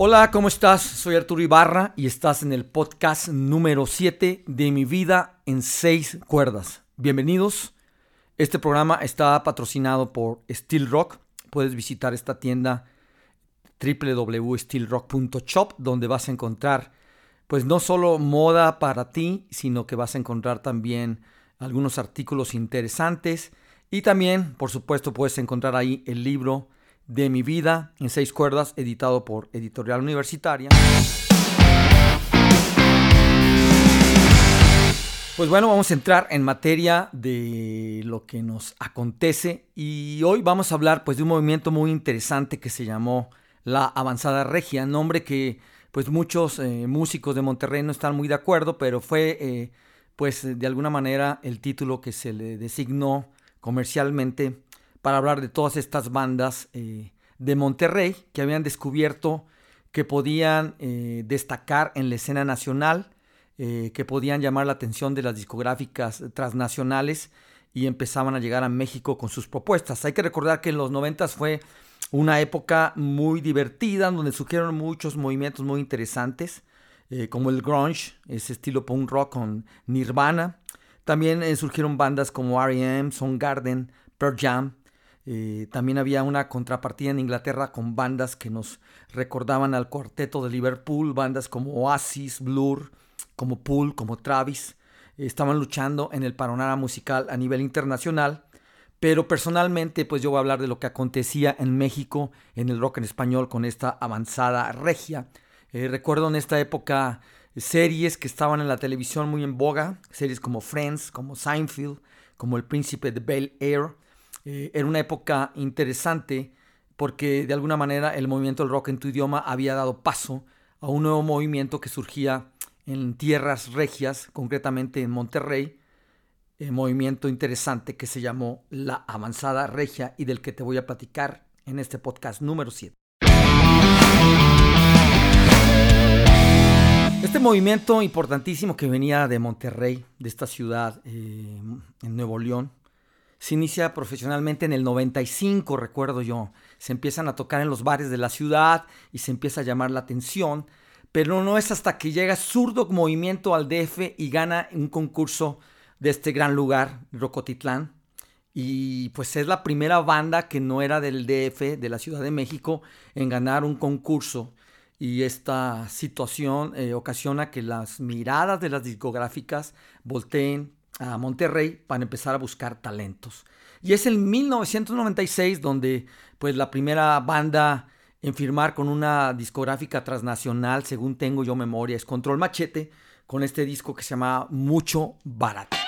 Hola, ¿cómo estás? Soy Arturo Ibarra y estás en el podcast número 7 de Mi Vida en 6 Cuerdas. Bienvenidos. Este programa está patrocinado por Steel Rock. Puedes visitar esta tienda www.steelrock.shop, donde vas a encontrar pues no solo moda para ti, sino que vas a encontrar también algunos artículos interesantes y también, por supuesto, puedes encontrar ahí el libro de Mi Vida en 6 Cuerdas, editado por Editorial Universitaria. Pues bueno, vamos a entrar en materia de lo que nos acontece y hoy vamos a hablar pues de un movimiento muy interesante que se llamó la Avanzada Regia, nombre que pues muchos músicos de Monterrey no están muy de acuerdo, pero fue pues de alguna manera el título que se le designó comercialmente para hablar de todas estas bandas de Monterrey que habían descubierto que podían destacar en la escena nacional, que podían llamar la atención de las discográficas transnacionales y empezaban a llegar a México con sus propuestas. Hay que recordar que en los 90s fue una época muy divertida, donde surgieron muchos movimientos muy interesantes, como el grunge, ese estilo punk rock con Nirvana. También surgieron bandas como R.E.M., Soundgarden, Pearl Jam. También había una contrapartida en Inglaterra con bandas que nos recordaban al cuarteto de Liverpool, bandas como Oasis, Blur, como Pulp, como Travis. Estaban luchando en el panorama musical a nivel internacional, pero personalmente pues yo voy a hablar de lo que acontecía en México en el rock en español con esta Avanzada Regia. Recuerdo en esta época series que estaban en la televisión muy en boga, series como Friends, como Seinfeld, como El Príncipe de Bel-Air. Era una época interesante porque de alguna manera el movimiento del rock en tu idioma había dado paso a un nuevo movimiento que surgía en tierras regias, concretamente en Monterrey, movimiento interesante que se llamó la Avanzada Regia y del que te voy a platicar en este podcast número 7. Este movimiento importantísimo que venía de Monterrey, de esta ciudad en Nuevo León, se inicia profesionalmente en el 95, recuerdo yo. Se empiezan a tocar en los bares de la ciudad y se empieza a llamar la atención, pero no es hasta que llega Zurdo Movimiento al DF y gana un concurso de este gran lugar, Rocotitlán. Y pues es la primera banda que no era del DF, de la Ciudad de México, en ganar un concurso. Y esta situación ocasiona que las miradas de las discográficas volteen a Monterrey para empezar a buscar talentos. Y es en 1996 donde pues la primera banda en firmar con una discográfica transnacional, según tengo yo memoria, es Control Machete, con este disco que se llama Mucho Barato.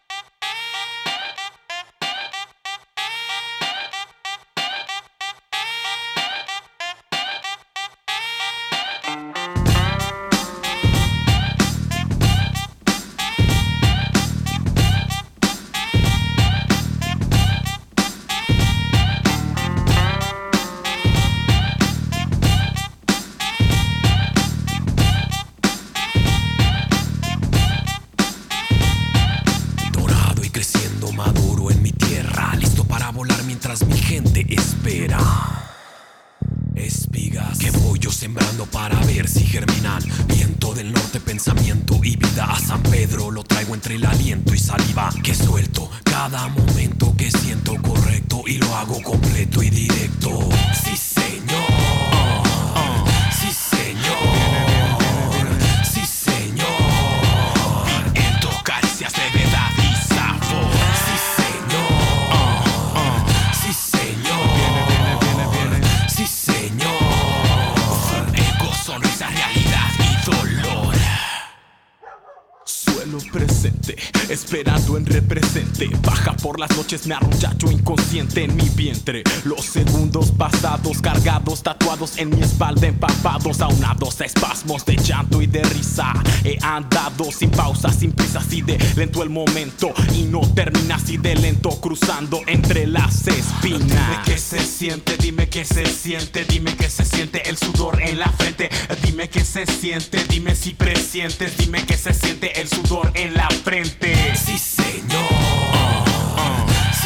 Esperando en represente, baja por las noches, me arrullacho inconsciente en mi vientre. Los segundos pasados, cargados, tatuados en mi espalda, empapados, aunados a espasmos de llanto y de risa. He andado sin pausa, sin prisa, así de lento el momento y no termina así de lento, cruzando entre las espinas. Dime qué se siente, dime qué se siente, dime qué se siente el sudor en la frente. Dime qué se siente, dime si presientes, dime qué se siente el sudor en la frente. Sí, señor. Sí,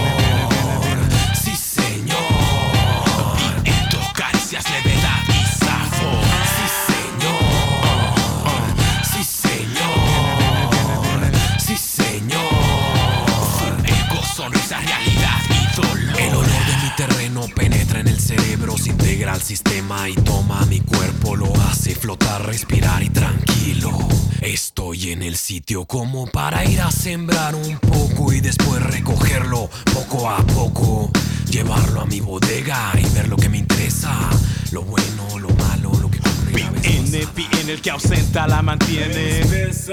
señor. Sí, señor. Y en tu caricias levedad y sal. flotar, respirar y tranquilo. Estoy en el sitio como para ir a sembrar un poco y después recogerlo poco a poco. Llevarlo a mi bodega y ver lo que me interesa. Lo bueno, lo malo, lo que ocurre. Viene el que ausenta la mantiene.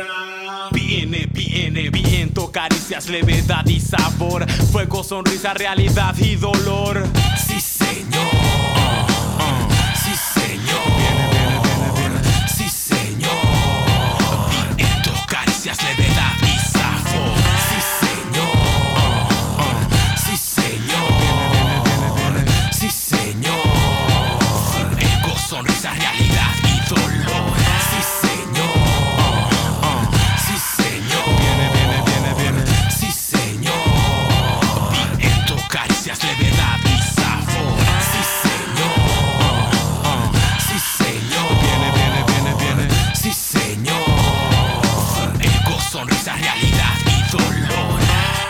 Viene, viento, caricias, levedad y sabor. Fuego, sonrisa, realidad y dolor. Sí, señor. Sí, señor. Sí, señor. Viento, caricias, levedad y sabor. Sí, señor. Sí, señor. Sí, señor. Fuego, sonrisa, realidad y dolor. Sí, señor. Sí, señor. Sí, señor. Viento, caricias, levedad y sabor. Sí, señor. Sí, señor. Sí, señor. Fuego, sonrisa, realidad y dolor.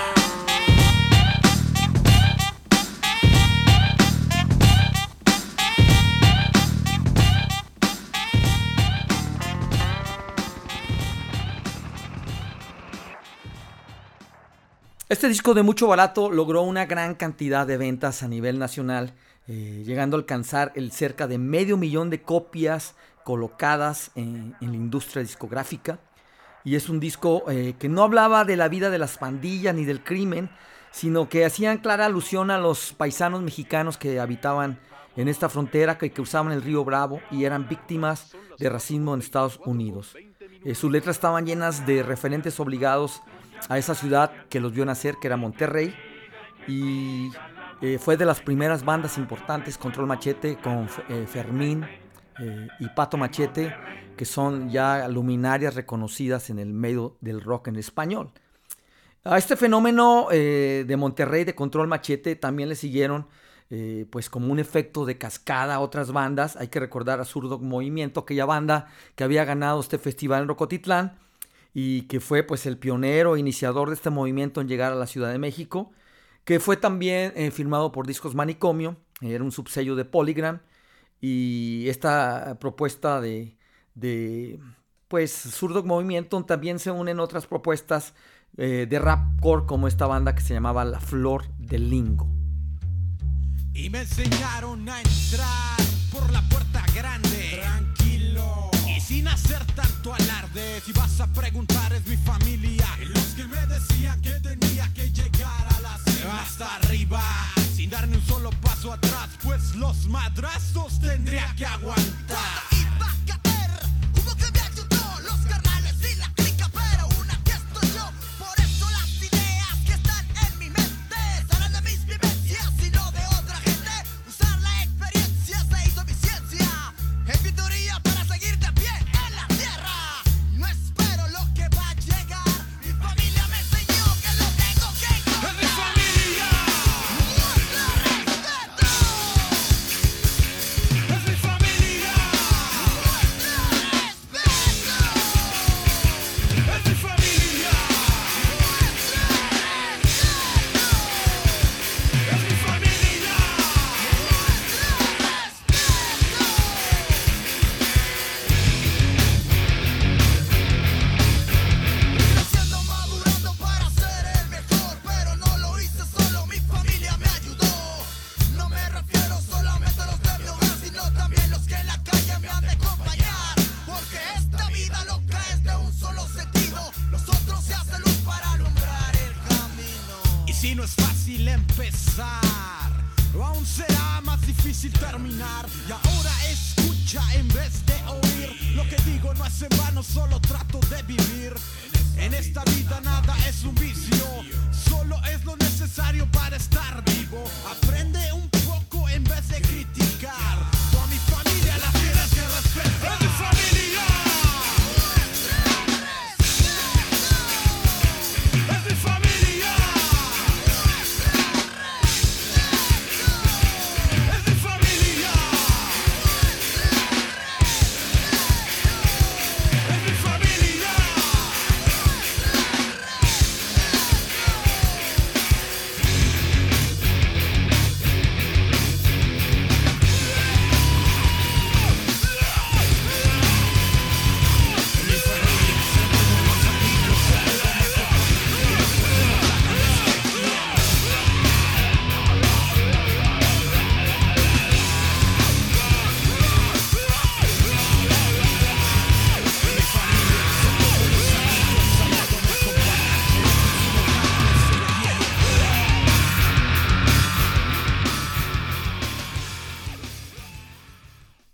Este disco de Mucho Barato logró una gran cantidad de ventas a nivel nacional, llegando a alcanzar el cerca de 500,000 de copias colocadas en la industria discográfica. Y es un disco que no hablaba de la vida de las pandillas ni del crimen, sino que hacían clara alusión a los paisanos mexicanos que habitaban en esta frontera, que cruzaban el río Bravo y eran víctimas de racismo en Estados Unidos. Sus letras estaban llenas de referentes obligados a esa ciudad que los vio nacer, que era Monterrey, y fue de las primeras bandas importantes, Control Machete, con Fermín y Pato Machete, que son ya luminarias reconocidas en el medio del rock en español. A este fenómeno de Monterrey, de Control Machete, también le siguieron pues como un efecto de cascada a otras bandas. Hay que recordar a Zurdo Movimiento, aquella banda que había ganado este festival en Rocotitlán y que fue pues el pionero e iniciador de este movimiento en llegar a la Ciudad de México, que fue también firmado por Discos Manicomio, era un subsello de Polygram, y esta propuesta de pues Zurdo Movimiento también se unen otras propuestas de rapcore, como esta banda que se llamaba La Flor del Lingo. Y me enseñaron a entrar por la puerta grande, tranquilo y sin hacer tanto alarde. Si vas a preguntar es mi familia, y los que me decían que tenía que llegar a la cima, hasta arriba, sin dar ni un solo paso atrás, pues los madrazos tendría que aguantar.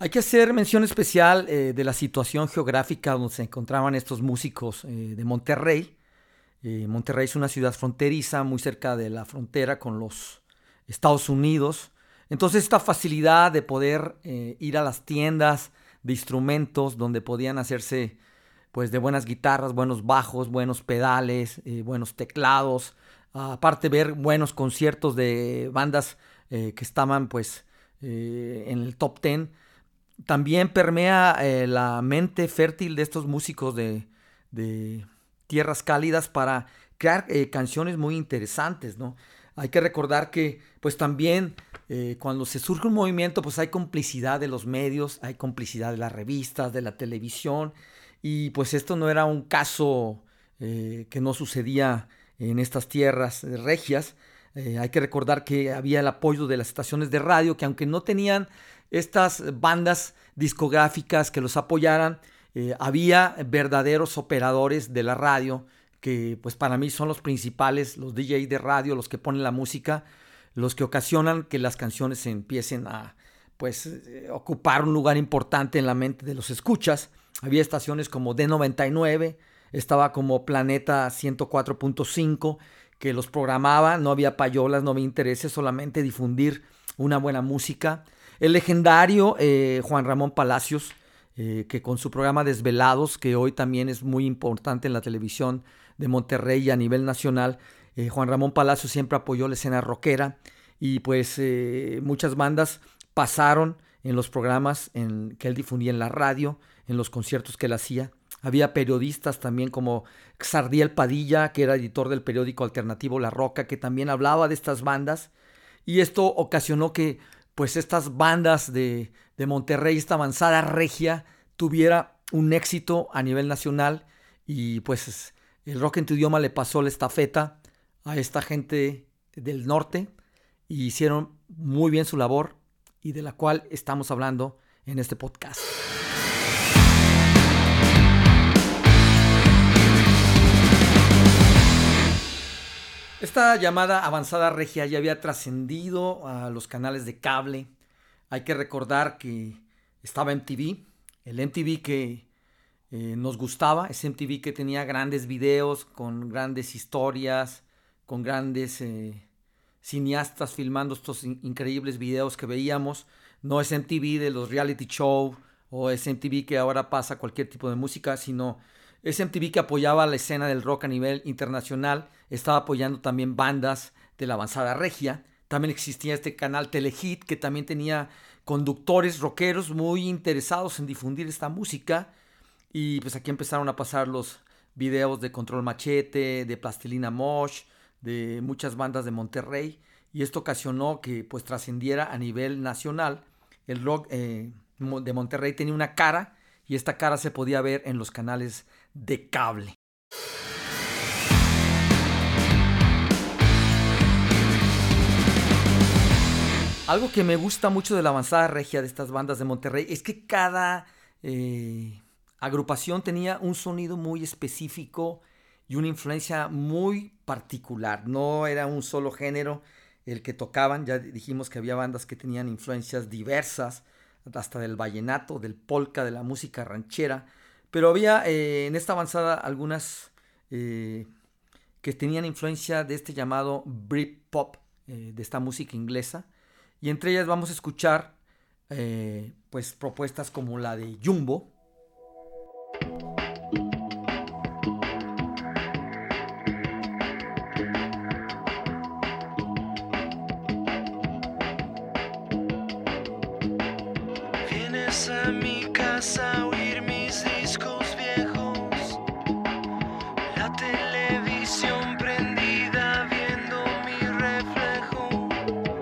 Hay que hacer mención especial de la situación geográfica donde se encontraban estos músicos de Monterrey. Monterrey es una ciudad fronteriza, muy cerca de la frontera con los Estados Unidos. Entonces esta facilidad de poder ir a las tiendas de instrumentos donde podían hacerse pues de buenas guitarras, buenos bajos, buenos pedales, buenos teclados, aparte ver buenos conciertos de bandas que estaban pues en el top 10. También permea la mente fértil de estos músicos de tierras cálidas para crear canciones muy interesantes, ¿no? Hay que recordar que pues también cuando se surge un movimiento pues hay complicidad de los medios, hay complicidad de las revistas, de la televisión, y pues esto no era un caso que no sucedía en estas tierras regias. Hay que recordar que había el apoyo de las estaciones de radio que, aunque no tenían estas bandas discográficas que los apoyaran, había verdaderos operadores de la radio que pues para mí son los principales, los DJs de radio, los que ponen la música, los que ocasionan que las canciones empiecen a pues ocupar un lugar importante en la mente de los escuchas. Había estaciones como D99, estaba como Planeta 104.5, que los programaba, no había payolas, no había intereses, solamente difundir una buena música. El legendario Juan Ramón Palacios, que con su programa Desvelados, que hoy también es muy importante en la televisión de Monterrey y a nivel nacional, Juan Ramón Palacios siempre apoyó la escena rockera, y pues muchas bandas pasaron en los programas que él difundía en la radio, en los conciertos que él hacía. Había periodistas también como Xardiel Padilla, que era editor del periódico alternativo La Roca, que también hablaba de estas bandas, y esto ocasionó que pues estas bandas de Monterrey, esta avanzada regia, tuviera un éxito a nivel nacional, y pues el rock en tu idioma le pasó la estafeta a esta gente del norte, y hicieron muy bien su labor, y de la cual estamos hablando en este podcast. Esta llamada avanzada regia ya había trascendido a los canales de cable. Hay que recordar que estaba MTV, el MTV que nos gustaba, ese MTV que tenía grandes videos con grandes historias, con grandes cineastas filmando estos increíbles videos que veíamos. No es MTV de los reality show o es MTV que ahora pasa cualquier tipo de música, sino es MTV que apoyaba la escena del rock a nivel internacional. Estaba apoyando también bandas de la avanzada regia. También existía este canal Telehit, que también tenía conductores rockeros muy interesados en difundir esta música. Y pues aquí empezaron a pasar los videos de Control Machete, de Plastilina Mosh, de muchas bandas de Monterrey. Y esto ocasionó que pues trascendiera a nivel nacional. El rock de Monterrey tenía una cara, y esta cara se podía ver en los canales de cable. Algo que me gusta mucho de la avanzada regia de estas bandas de Monterrey es que cada agrupación tenía un sonido muy específico y una influencia muy particular. No era un solo género el que tocaban. Ya dijimos que había bandas que tenían influencias diversas, hasta del vallenato, del polka, de la música ranchera. Pero había en esta avanzada algunas que tenían influencia de este llamado Britpop, de esta música inglesa. Y entre ellas vamos a escuchar pues propuestas como la de Jumbo. Vienes a mi casa a oír mis discos viejos, la televisión prendida viendo mi reflejo.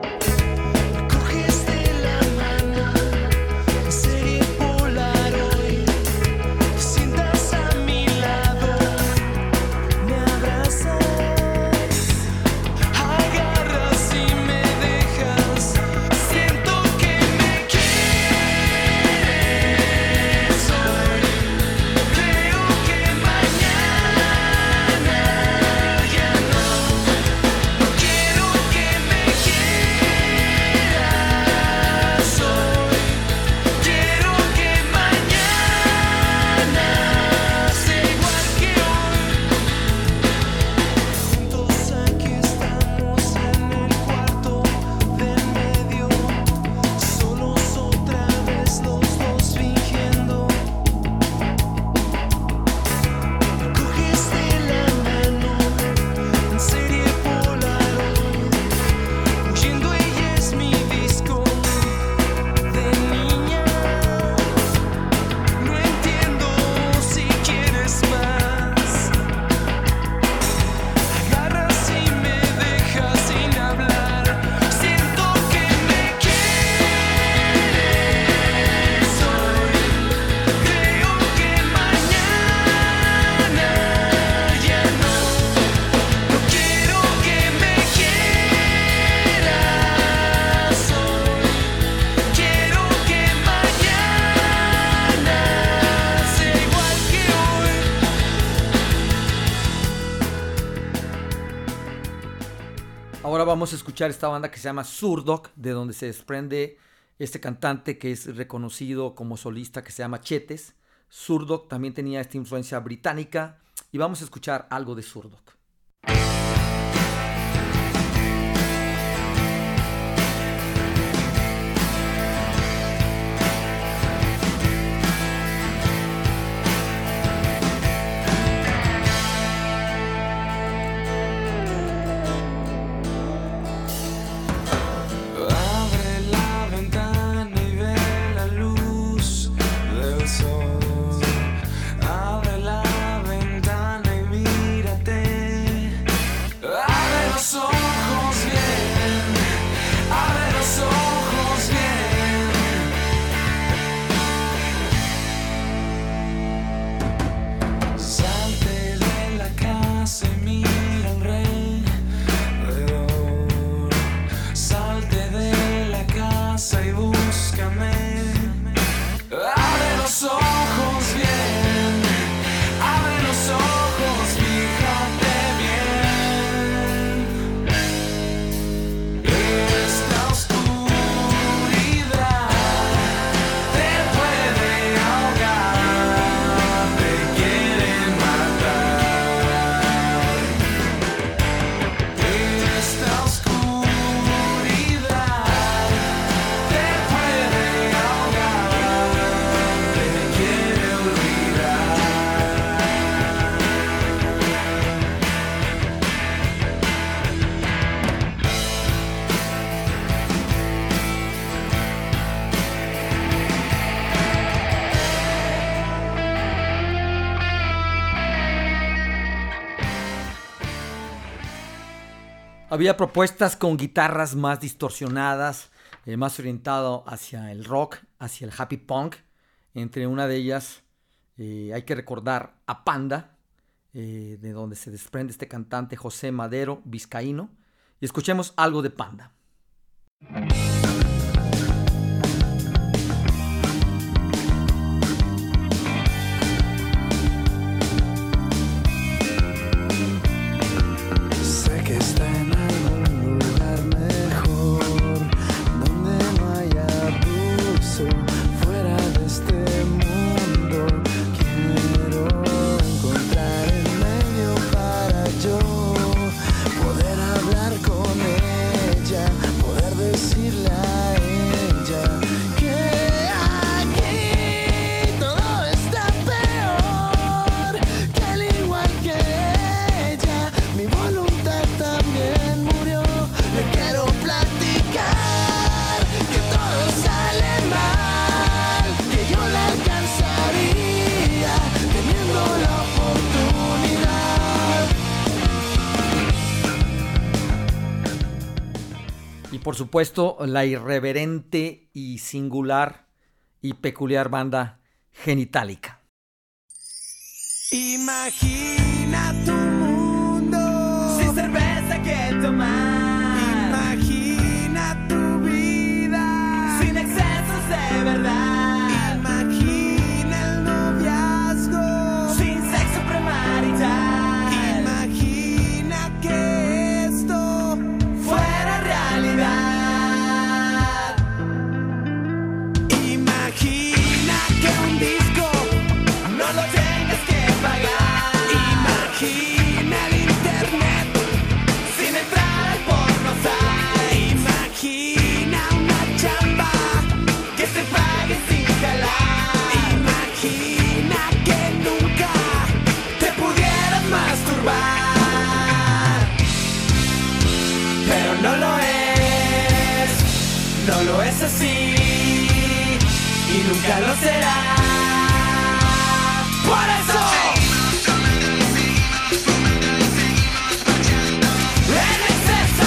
Coges de la mano, serie Polaroid. ahora vamos a escuchar esta banda que se llama Zurdok, de donde se desprende este cantante que es reconocido como solista, que se llama Chetes. Zurdok también tenía esta influencia británica y vamos a escuchar algo de Zurdok. Había propuestas con guitarras más distorsionadas, más orientado hacia el rock, hacia el happy punk. Entre una de ellas hay que recordar a Panda, de donde se desprende este cantante José Madero, vizcaíno. Y escuchemos algo de Panda. Por supuesto, la irreverente y singular y peculiar banda Genitalica. Imagina tu mundo sin cerveza que tomar. Imagina tu vida sin excesos de verdad. Imagina el noviazgo sin sexo premarital. Imagina que esto fuera realidad. Imagina que un disco no lo tengas que pagar. Imagina el internet sin entrar al pornosite. Imagina una chamba que se pague sin jalar. Imagina que nunca te pudieras masturbar. Pero no lo es así y nunca lo será. Por eso en exceso,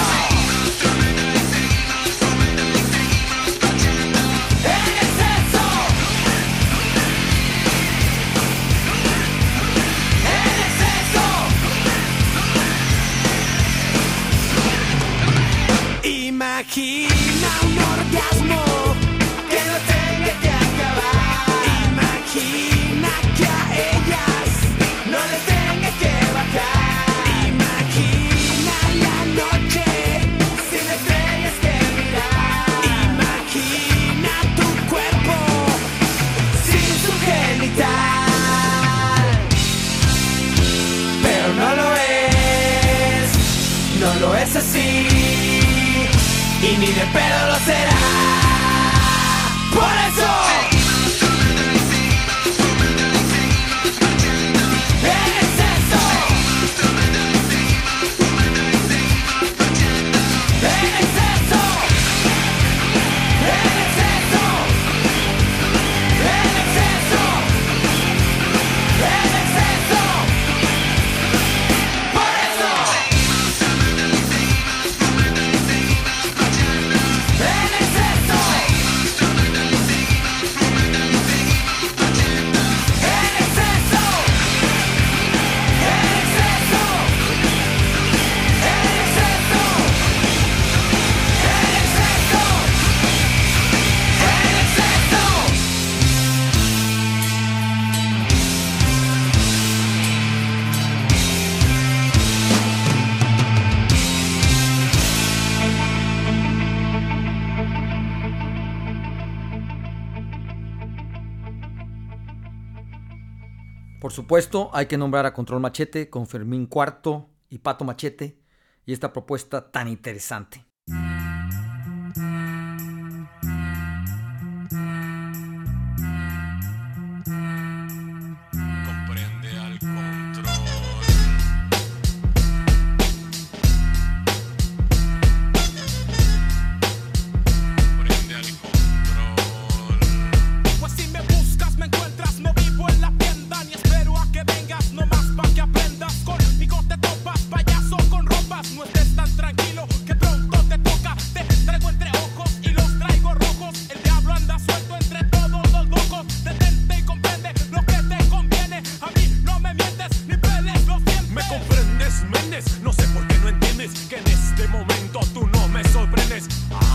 en exceso, en exceso. Imagina un orgasmo que no tenga que acabar. es así y ni de pedo lo será. Por eso Por supuesto, hay que nombrar a Control Machete con Fermín Cuarto y Pato Machete y esta propuesta tan interesante. Comprende al control. Comprende al control. Pues si me buscas me encuentras, no vivo en la tienda ni espero a que vengas, nomás pa' que aprendas. Conmigo te topas, payaso con ropas, no estés tan tranquilo que pronto te toca. Te traigo entre ojos y los traigo rojos, el diablo anda suelto entre todos los locos. Detente y comprende lo que te conviene, a mí no me mientes ni peles los dientes. ¿Me comprendes, Méndez? No sé por qué no entiendes que en este momento tú no me sorprendes.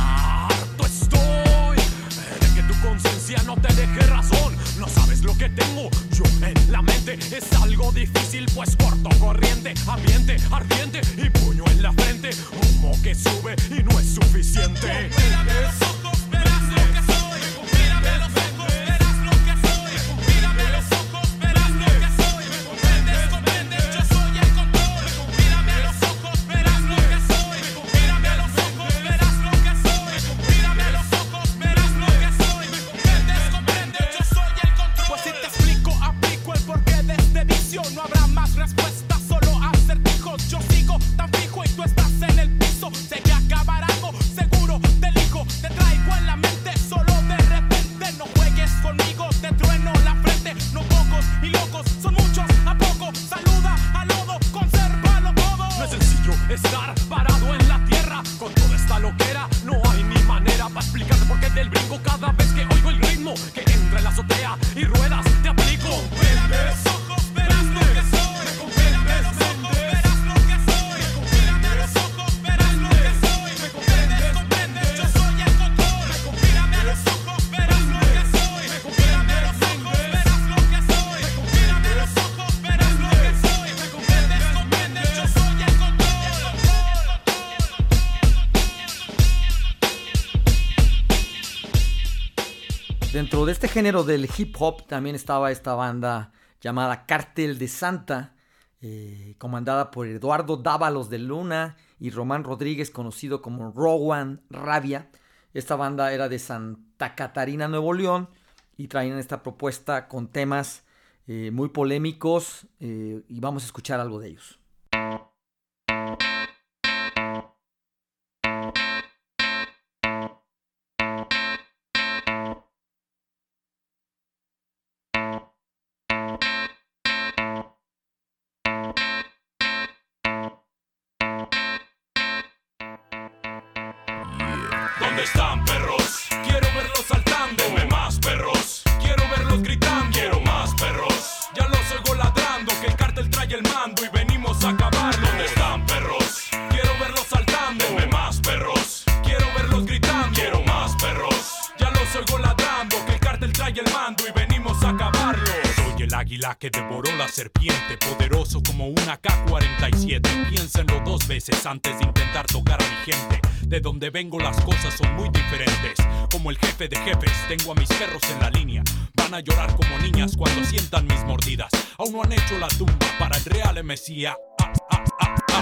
Harto estoy de que tu conciencia no te deje razón. No sabes lo que tengo yo en la mente. Es algo difícil, pues corto corriente, ambiente ardiente y puño en la frente. Humo que sube y no es suficiente. Mírame los ojos, verás lo que soy. Mírame los ojos, verás lo que soy. Mírame los ojos, verás lo que soy. Comprendes, comprendes, yo soy el control. Mírame los ojos, verás lo que soy. Mírame los ojos, verás lo que soy. Mírame los ojos, verás lo que soy. Comprendes, comprendes, yo soy el control. Pues si te explico, aplico el porqué de este vicio. No habrá más respuestas, solo acertijos. Yo sigo tan fijo y tú estás en el piso. Sé que acabará algo, seguro te elijo. Te traigo en la mente, solo de repente. No juegues conmigo, te trueno la frente. No pocos y locos, son muchos a poco. Saluda al lodo, consérvalo todo. No es sencillo estar parado en la tierra con toda esta loquera. No hay ni manera para explicarte por qué del brinco cada vez que oigo el ritmo que entra en la azotea y ruedas te aplico. Mírame los ojos, verás lo que soy. Mírame los ojos, verás lo que soy. Mírame los ojos, verás lo que soy. Comprendes, comprendes, yo soy el control. Mírame los ojos, verás lo que soy. Mírame los ojos, verás lo que soy. Mírame los ojos, verás lo que soy. Comprendes, comprendes, yo soy el control. Dentro de este género del hip hop también estaba esta banda llamada Cártel de Santa, comandada por Eduardo Dávalos de Luna y Román Rodríguez, conocido como Rowan Rabia. Esta banda era de Santa Catarina, Nuevo León, y traían esta propuesta con temas muy polémicos, y vamos a escuchar algo de ellos. ¿Dónde están, perros? Quiero verlos saltando. Denme más, perros. Quiero verlos gritando. Quiero más, perros. Ya los oigo ladrando, que el cártel trae el mando y venimos a acabarlo. ¿Dónde están, perros? Quiero verlos saltando. Denme más, perros. Quiero verlos gritando. Quiero más, perros. Ya los oigo ladrando, que el cártel trae el mando y venimos a acabarlo. Soy el águila que devoró la serpiente, poderoso como una K-47. Piénsenlo dos veces antes de intentar tocar a mi gente. De donde vengo las cosas son muy diferentes. Como el jefe de jefes, tengo a mis perros en la línea. Van a llorar como niñas cuando sientan mis mordidas. Aún no han hecho la tumba para el real Mesías.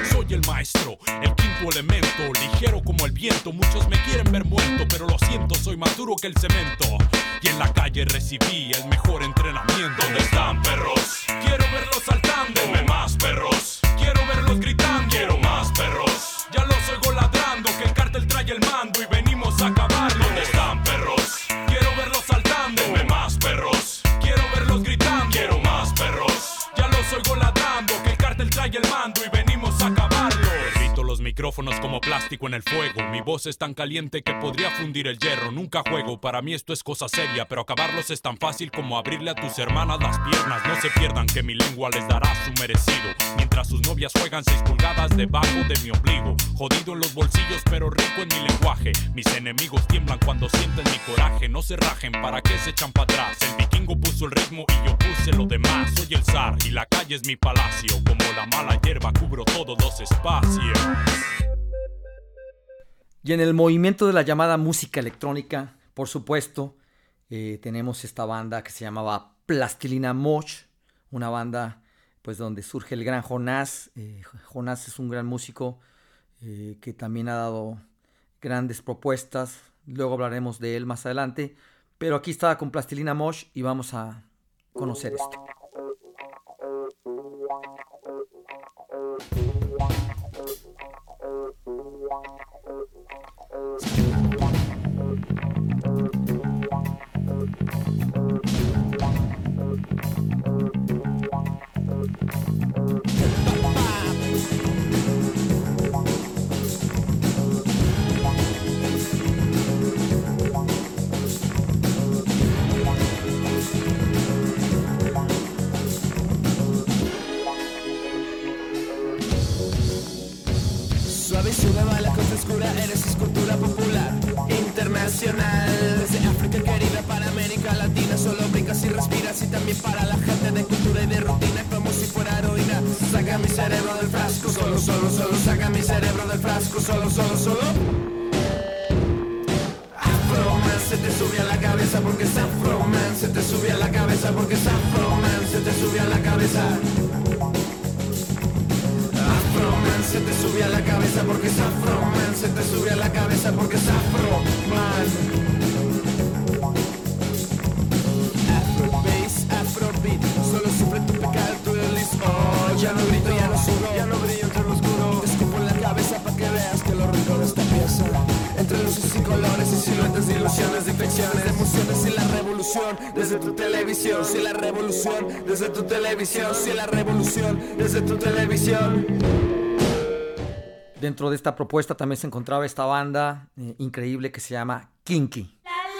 Soy el maestro, el quinto elemento, ligero como el viento. Muchos me quieren ver muerto, pero lo siento, soy más duro que el cemento. Y en la calle recibí el mejor entrenamiento. ¿Dónde están, perros? Quiero verlos saltando. Denme más, perros. Quiero verlos gritando. Quiero más, perros. Ya los oigo ladrando, que el cártel trae el mando y venimos a acabarlo. ¿Dónde están, perros? Quiero verlos saltando. Denme más, perros. Quiero verlos gritando. Quiero más, perros. Ya los oigo ladrando, que el cártel trae el mando y venimos a acabarlo. Derrito los micrófonos como plástico en el fuego. Mi voz es tan caliente que podría fundir el hierro. Nunca juego, para mí esto es cosa seria, pero acabarlos es tan fácil como abrirle a tus hermanas las piernas. No se pierdan que mi lengua les dará su merecido, mientras sus novias juegan 6 pulgadas debajo de mi ombligo. Jodido en los bolsillos pero rico en mi lenguaje. Mis enemigos tiemblan cuando sienten mi coraje. No se rajen, ¿para qué se echan para atrás? El vikingo puso el ritmo y yo puse lo demás. Soy el zar y la calle es mi palacio. Como la mala hierba cubro todos los espacios. Y en el movimiento de la llamada música electrónica, por supuesto, tenemos esta banda que se llamaba Plastilina Mosh, una banda pues donde surge el gran Jonás. Jonás es un gran músico que también ha dado grandes propuestas. Luego hablaremos de él más adelante, pero aquí estaba con Plastilina Mosh y vamos a conocer esto. Suave la costa oscura, eres escultura popular internacional. Desde África, Caribe, para América Latina, solo brincas y respiras. Y también para la gente de cultura y de rutina, como si fuera heroína. Saca mi cerebro del frasco, solo, saca mi cerebro del frasco, solo. Afroman, se te sube a la cabeza porque es Afroman, se te sube a la cabeza porque es Afroman, se te sube a la cabeza. Afroman, se te sube a la cabeza porque es Afroman, se te sube a la cabeza porque es Afroman. Afrobass, Afrobeat, solo sufre tu pecado, tu release. Oh, ya no grito, ya no sudo, ya no brillo entre lo oscuro. Te escupo en la cabeza para que veas que lo rico de esta pieza. Entre luces y colores y siluetas de ilusiones, de infecciones, de emociones y la revolución desde tu televisión. Si la revolución desde tu televisión, si la revolución desde tu televisión. Dentro de esta propuesta también se encontraba esta banda increíble que se llama Kinky.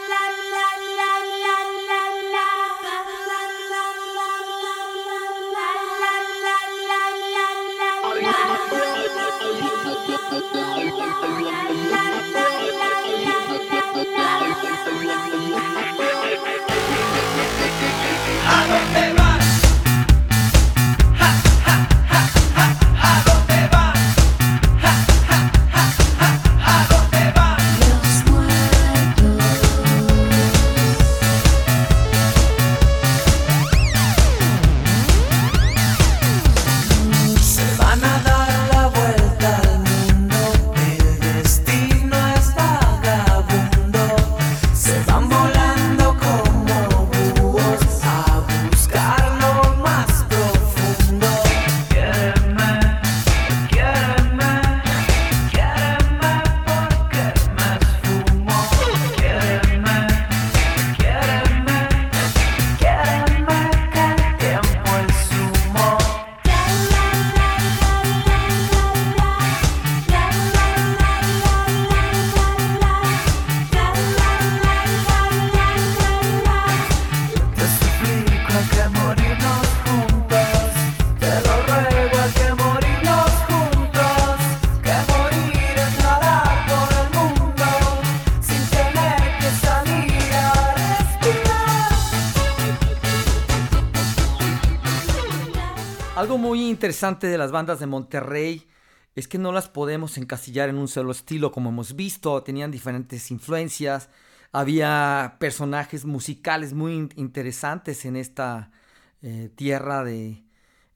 ¿A dónde vas? ¿A dónde vas? ¿A dónde vas? Los muertos se van a dar la vuelta al mundo. El destino es vagabundo. Se van volando como búhos a buscar lo más profundo. Quiéreme, quiéreme, quiéreme porque me esfumo. Quiéreme, quiéreme, quiéreme que el tiempo es humo. Te suplico hay que morirnos juntos. Te lo ruego hay que morirnos juntos. Que morir es nadar por el mundo sin tener que salir a respirar. Algo muy interesante de las bandas de Monterrey es que no las podemos encasillar en un solo estilo, como hemos visto. Tenían diferentes influencias, había personajes musicales muy interesantes en esta tierra de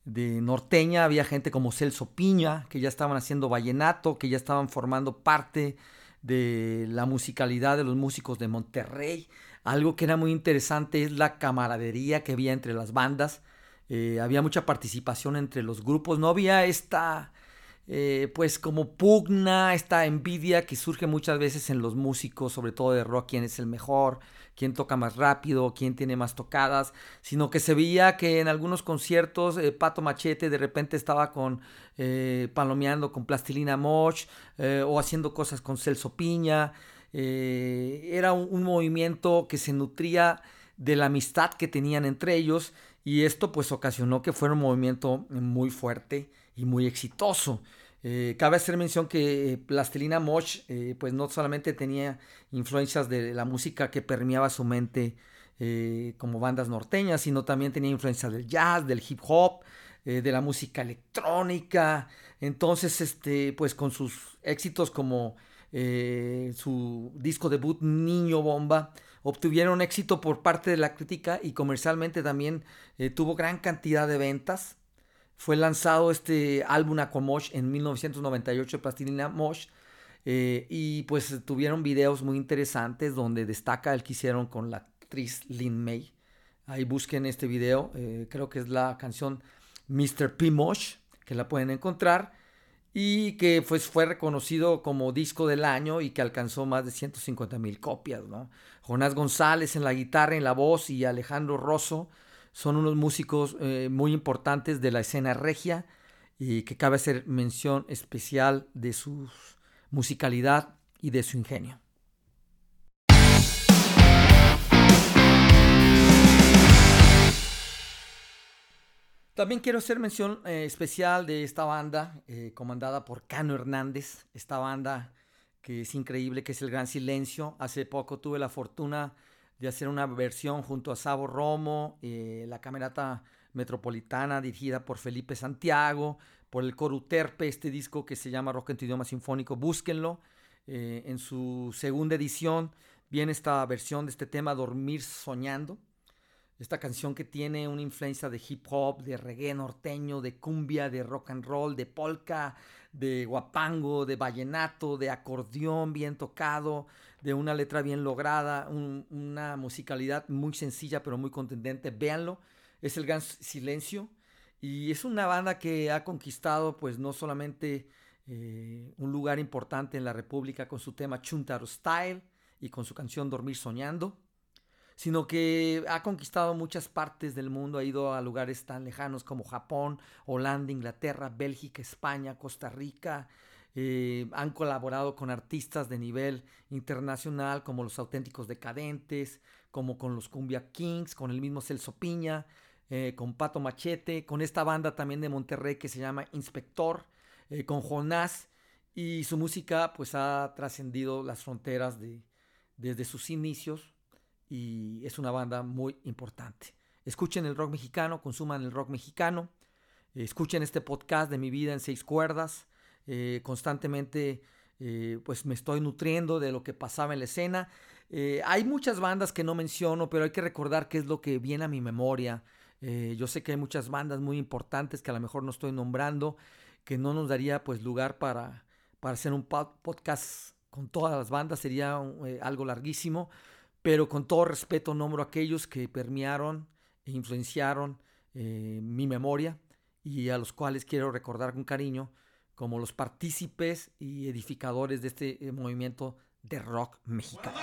norteña. Había gente como Celso Piña, que ya estaban haciendo vallenato, que ya estaban formando parte de la musicalidad de los músicos de Monterrey. Algo que era muy interesante es la camaradería que había entre las bandas. Había mucha participación entre los grupos. No había esta, pues como pugna, esta envidia que surge muchas veces en los músicos, sobre todo de rock, quién es el mejor, quién toca más rápido, quién tiene más tocadas, sino que se veía que en algunos conciertos Pato Machete de repente estaba palomeando con Plastilina Mosh, o haciendo cosas con Celso Piña. Era un movimiento que se nutría de la amistad que tenían entre ellos, y esto pues ocasionó que fuera un movimiento muy fuerte y muy exitoso. Cabe hacer mención que Plastilina Mosh pues no solamente tenía influencias de la música que permeaba su mente como bandas norteñas, sino también tenía influencias del jazz, del hip hop, de la música electrónica. Entonces pues con sus éxitos como su disco debut Niño Bomba, obtuvieron éxito por parte de la crítica, y comercialmente también tuvo gran cantidad de ventas. Fue lanzado este álbum Aquamosh en 1998, Plastilina Mosh, y pues tuvieron videos muy interesantes donde destaca el que hicieron con la actriz Lin May. Ahí busquen este video, creo que es la canción Mr. P. Mosh, que la pueden encontrar, y que pues fue reconocido como disco del año y que alcanzó más de 150,000 copias, ¿no? Jonás González en la guitarra, en la voz, y Alejandro Rosso son unos músicos muy importantes de la escena regia, y que cabe hacer mención especial de su musicalidad y de su ingenio. También quiero hacer mención especial de esta banda comandada por Cano Hernández, esta banda que es increíble, que es El Gran Silencio. Hace poco tuve la fortuna de hacer una versión junto a Sabo Romo, la Camerata Metropolitana dirigida por Felipe Santiago, por el Coro Uterpe, este disco que se llama Rock en tu idioma sinfónico. Búsquenlo, en su segunda edición viene esta versión de este tema, Dormir Soñando. Esta canción que tiene una influencia de hip hop, de reggae norteño, de cumbia, de rock and roll, de polka, de guapango, de vallenato, de acordeón bien tocado, de una letra bien lograda, una musicalidad muy sencilla pero muy contundente. Véanlo, es El Gran Silencio, y es una banda que ha conquistado pues no solamente un lugar importante en la República con su tema Chuntaro Style y con su canción Dormir Soñando, sino que ha conquistado muchas partes del mundo. Ha ido a lugares tan lejanos como Japón, Holanda, Inglaterra, Bélgica, España, Costa Rica. Han colaborado con artistas de nivel internacional como Los Auténticos Decadentes, como con los Cumbia Kings, con el mismo Celso Piña, con Pato Machete, con esta banda también de Monterrey que se llama Inspector, con Jonás, y su música pues ha trascendido las fronteras desde sus inicios, y es una banda muy importante. Escuchen el rock mexicano, consuman el rock mexicano, escuchen este podcast de Mi Vida en 6 Cuerdas. Constantemente pues me estoy nutriendo de lo que pasaba en la escena. Hay muchas bandas que no menciono, pero hay que recordar qué es lo que viene a mi memoria. Yo sé que hay muchas bandas muy importantes que a lo mejor no estoy nombrando, que no nos daría pues lugar para hacer un podcast con todas las bandas, sería algo larguísimo. Pero con todo respeto nombro a aquellos que permearon e influenciaron mi memoria, y a los cuales quiero recordar con cariño como los partícipes y edificadores de este movimiento de rock mexicano.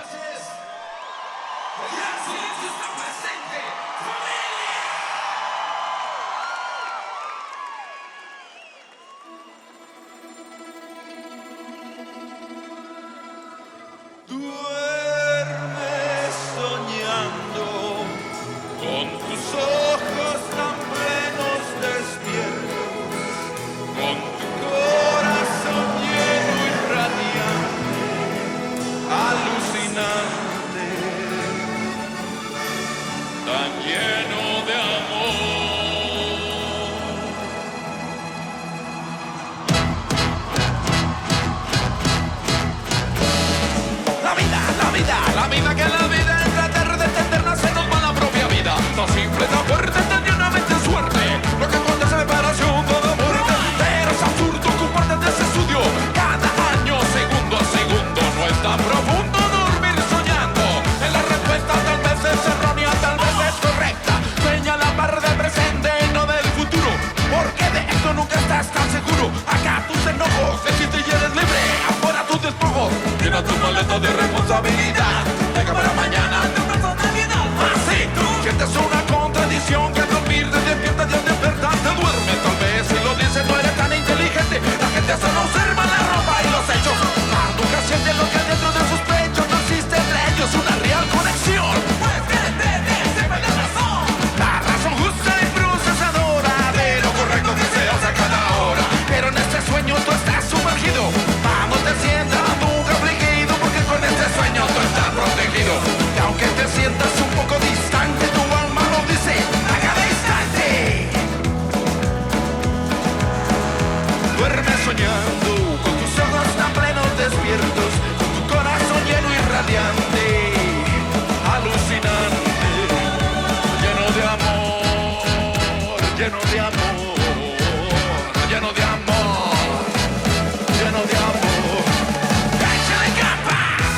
lleno de amor, lleno de amor, lleno de amor. ¡Échale capa!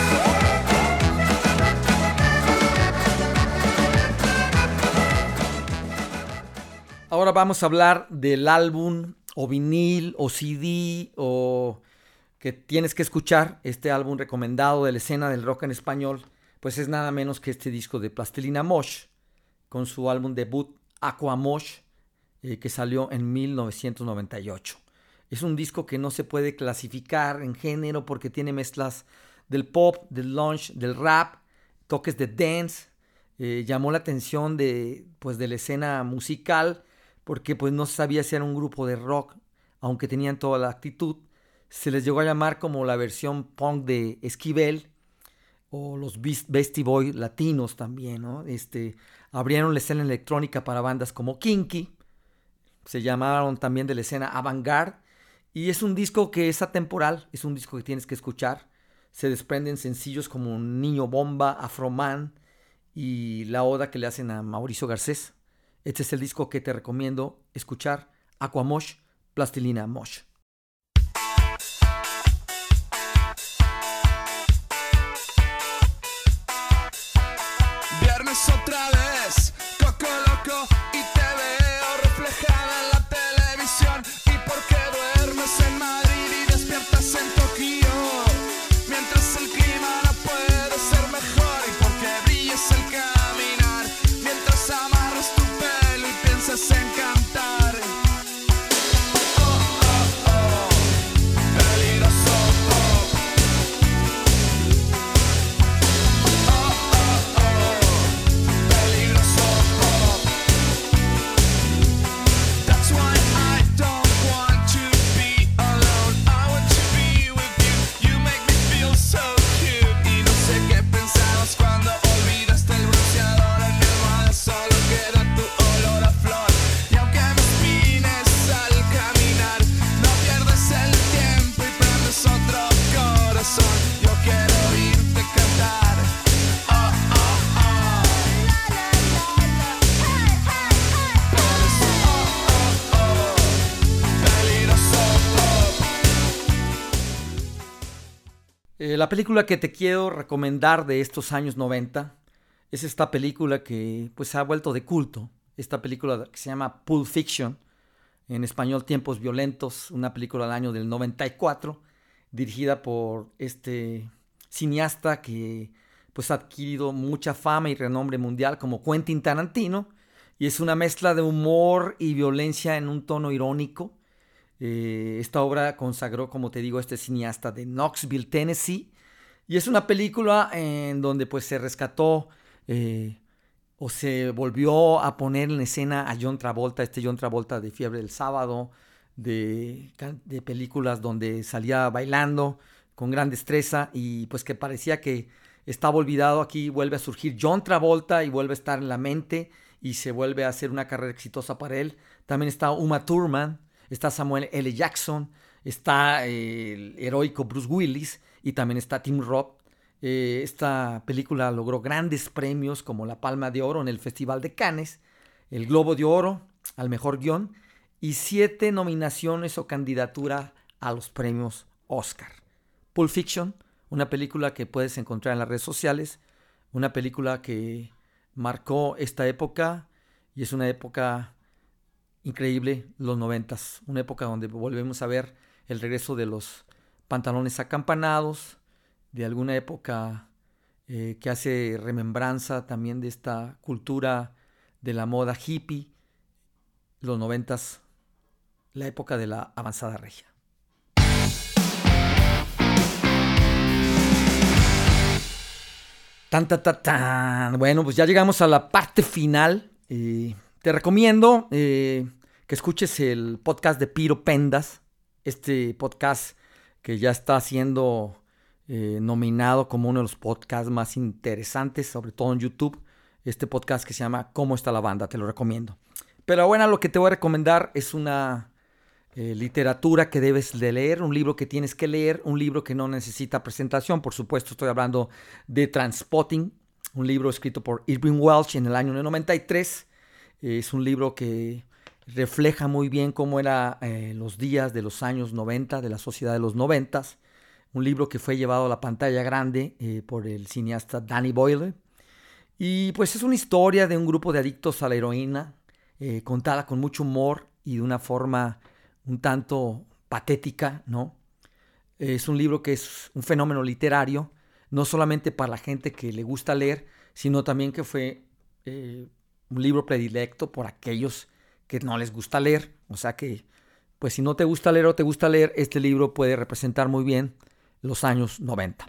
Ahora vamos a hablar del álbum o vinil o CD o que tienes que escuchar. Este álbum recomendado de la escena del rock en español, pues es nada menos que este disco de Plastilina Mosh con su álbum debut Aqua Mosh, que salió en 1998. Es un disco que no se puede clasificar en género porque tiene mezclas del pop, del lounge, del rap, toques de dance. Llamó la atención de la escena musical porque pues no se sabía si era un grupo de rock, aunque tenían toda la actitud. Se les llegó a llamar como la versión punk de Esquivel o los Beastie Boys latinos también, ¿no? Abrieron la escena electrónica para bandas como Kinky, se llamaron también de la escena avant-garde, y es un disco que es atemporal, es un disco que tienes que escuchar. Se desprenden sencillos como Niño Bomba, Afroman y la oda que le hacen a Mauricio Garcés. Este es el disco que te recomiendo escuchar, Aqua Mosh, Plastilina Mosh. Viernes otra vez, coco loco, y te veo reflejada en la televisión. ¿Y por qué duermes en Madrid y despiertas en Tokio? Mientras el clima no puede ser mejor. ¿Y por qué brillas al caminar? Mientras amarras tu pelo y piensas en cantar. Oh, oh, oh, peligroso pop. Oh, oh, oh, peligroso pop. That's why I don't want to be alone. I want to be with you. You make me feel so cute. Y no sé qué pensabas cuando olvidaste el bronceador. En mi almohada solo queda tu olor a flor. Y aunque me espines al caminar, no pierdes el tiempo y prendes otro corazón. Yo quiero oírte cantar. Oh, oh, oh. Peligroso, oh, oh, oh. Peligroso pop. La película que te quiero recomendar de estos años 90 es esta película que pues se ha vuelto de culto. Esta película que se llama Pulp Fiction, en español Tiempos Violentos, una película del año del 94, dirigida por este cineasta que pues ha adquirido mucha fama y renombre mundial como Quentin Tarantino, y es una mezcla de humor y violencia en un tono irónico. Esta obra consagró, como te digo, a este cineasta de Knoxville, Tennessee, y es una película en donde pues se rescató o se volvió a poner en escena a John Travolta, John Travolta de Fiebre del Sábado, de películas donde salía bailando con gran destreza y pues que parecía que estaba olvidado. Aquí vuelve a surgir John Travolta y vuelve a estar en la mente y se vuelve a hacer una carrera exitosa para él. También está Uma Thurman, está Samuel L. Jackson, está el heroico Bruce Willis y también está Tim Roth. Esta película logró grandes premios como la Palma de Oro en el Festival de Cannes, el Globo de Oro al Mejor Guión y 7 nominaciones o candidatura a los premios Oscar. Pulp Fiction, una película que puedes encontrar en las redes sociales, una película que marcó esta época y es una época increíble, los 90s, una época donde volvemos a ver el regreso de los pantalones acampanados, de alguna época que hace remembranza también de esta cultura de la moda hippie, los 90s, la época de la avanzada regia. Tan, tan, tan, tan. Bueno, pues ya llegamos a la parte final. Te recomiendo que escuches el podcast de Piro Pendas, este podcast que ya está siendo nominado como uno de los podcasts más interesantes, sobre todo en YouTube. Este podcast que se llama ¿Cómo está la banda? Te lo recomiendo. Pero bueno, lo que te voy a recomendar es una literatura que debes de leer, un libro que tienes que leer, un libro que no necesita presentación. Por supuesto, estoy hablando de Trainspotting, un libro escrito por Irving Welsh en el año 93. Es un libro que refleja muy bien cómo eran los días de los años 90, de la sociedad de los 90. Un libro que fue llevado a la pantalla grande por el cineasta Danny Boyle. Y pues es una historia de un grupo de adictos a la heroína, contada con mucho humor y de una forma un tanto patética, ¿no? Es un libro que es un fenómeno literario, no solamente para la gente que le gusta leer, sino también que fue un libro predilecto por aquellos que no les gusta leer. O sea que, pues si no te gusta leer o te gusta leer, este libro puede representar muy bien los años 90.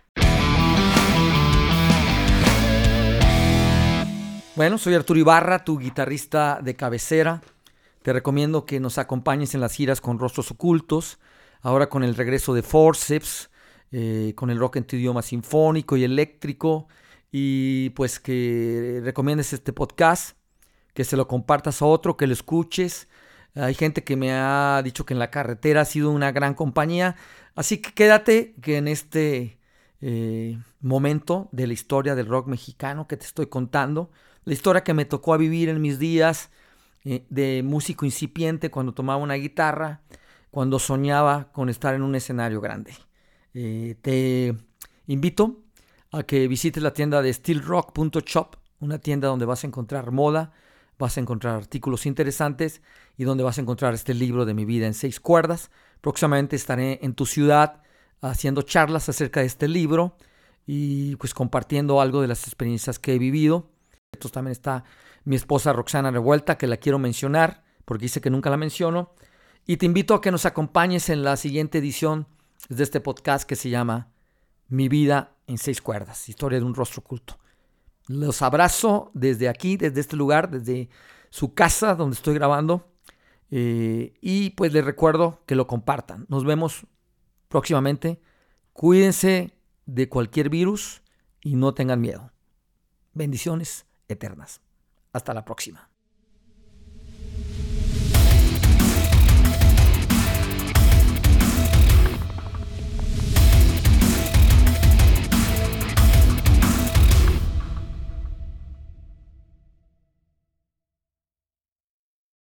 Bueno, soy Arturo Ibarra, tu guitarrista de cabecera. Te recomiendo que nos acompañes en las giras con Rostros Ocultos, ahora con el regreso de Forceps, con el rock en tu idioma sinfónico y eléctrico, y pues que recomiendes este podcast, que se lo compartas a otro, que lo escuches. Hay gente que me ha dicho que en la carretera ha sido una gran compañía, así que quédate que en este momento de la historia del rock mexicano que te estoy contando, la historia que me tocó a vivir en mis días de músico incipiente, cuando tomaba una guitarra, cuando soñaba con estar en un escenario grande. Te invito a que visites la tienda de steelrock.shop, una tienda donde vas a encontrar moda, vas a encontrar artículos interesantes y donde vas a encontrar este libro de mi vida en 6 cuerdas. Próximamente estaré en tu ciudad haciendo charlas acerca de este libro y pues compartiendo algo de las experiencias que he vivido. Esto también está mi esposa Roxana Revuelta, que la quiero mencionar porque dice que nunca la menciono. Y te invito a que nos acompañes en la siguiente edición de este podcast que se llama Mi vida en 6 cuerdas, historia de un rostro oculto. Los abrazo desde aquí, desde este lugar, desde su casa donde estoy grabando. Y pues les recuerdo que lo compartan. Nos vemos próximamente. Cuídense de cualquier virus y no tengan miedo. Bendiciones eternas. Hasta la próxima.